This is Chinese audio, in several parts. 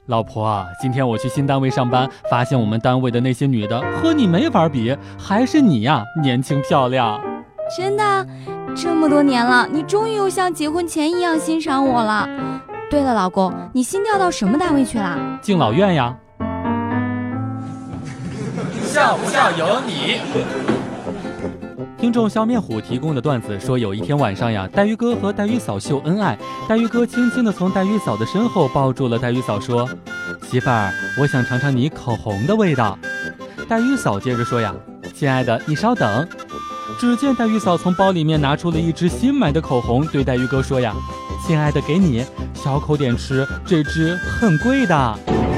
老婆啊，今天我去新单位上班，发现我们单位的那些女的和你没法比，还是你呀年轻漂亮。 真的？这么多年了，你终于又像结婚前一样欣赏我了。对了，老公，你新调到什么单位去了？ 敬老院呀。 笑不笑由你。 听众笑面虎提供的段子说，有一天晚上呀，黛玉哥和黛玉嫂秀恩爱，黛玉哥轻轻地从黛玉嫂的身后抱住了黛玉嫂，说：媳妇儿，我想尝尝你口红的味道。黛玉嫂接着说呀：亲爱的，你稍等。只见黛玉嫂从包里面拿出了一支新买的口红，对黛玉哥说呀：亲爱的，给你，小口点吃，这支很贵的。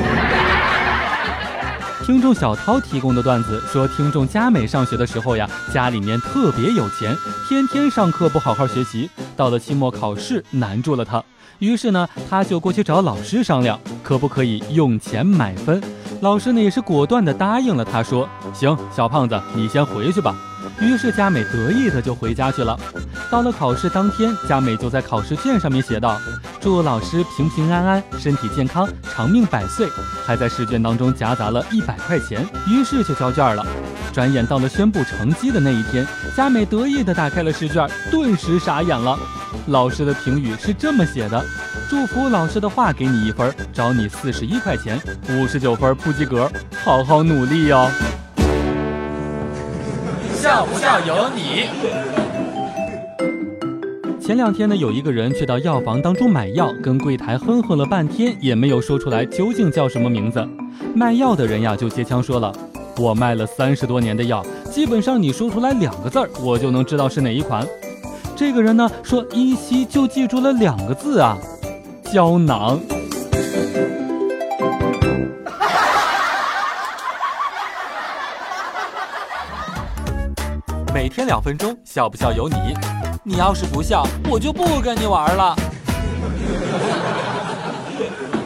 听众小涛提供的段子说，听众佳美上学的时候呀，家里面特别有钱，天天上课不好好学习，到了期末考试难住了他，于是呢，他就过去找老师商量，可不可以用钱买分。老师呢也是果断的答应了他，说行，小胖子你先回去吧。于是佳美得意的就回家去了。到了考试当天，佳美就在考试卷上面写道：祝老师平平安安，身体健康，长命百岁，还在试卷当中夹杂了100块钱，于是就交卷了。转眼到了宣布成绩的那一天，佳美得意的打开了试卷，顿时傻眼了。老师的评语是这么写的：祝福老师的话给你1分，找你41块钱，59分不及格，好好努力哟。 笑不笑由你。 前2天呢，有一个人去到药房当中买药，跟柜台哼哼了半天，也没有说出来究竟叫什么名字。卖药的人呀就接腔说了：我卖了30多年的药，基本上你说出来2个字我就能知道是哪一款。这个人呢说依稀就记住了2个字啊，胶囊。每天2分钟，笑不笑由你。你要是不笑，我就不跟你玩了。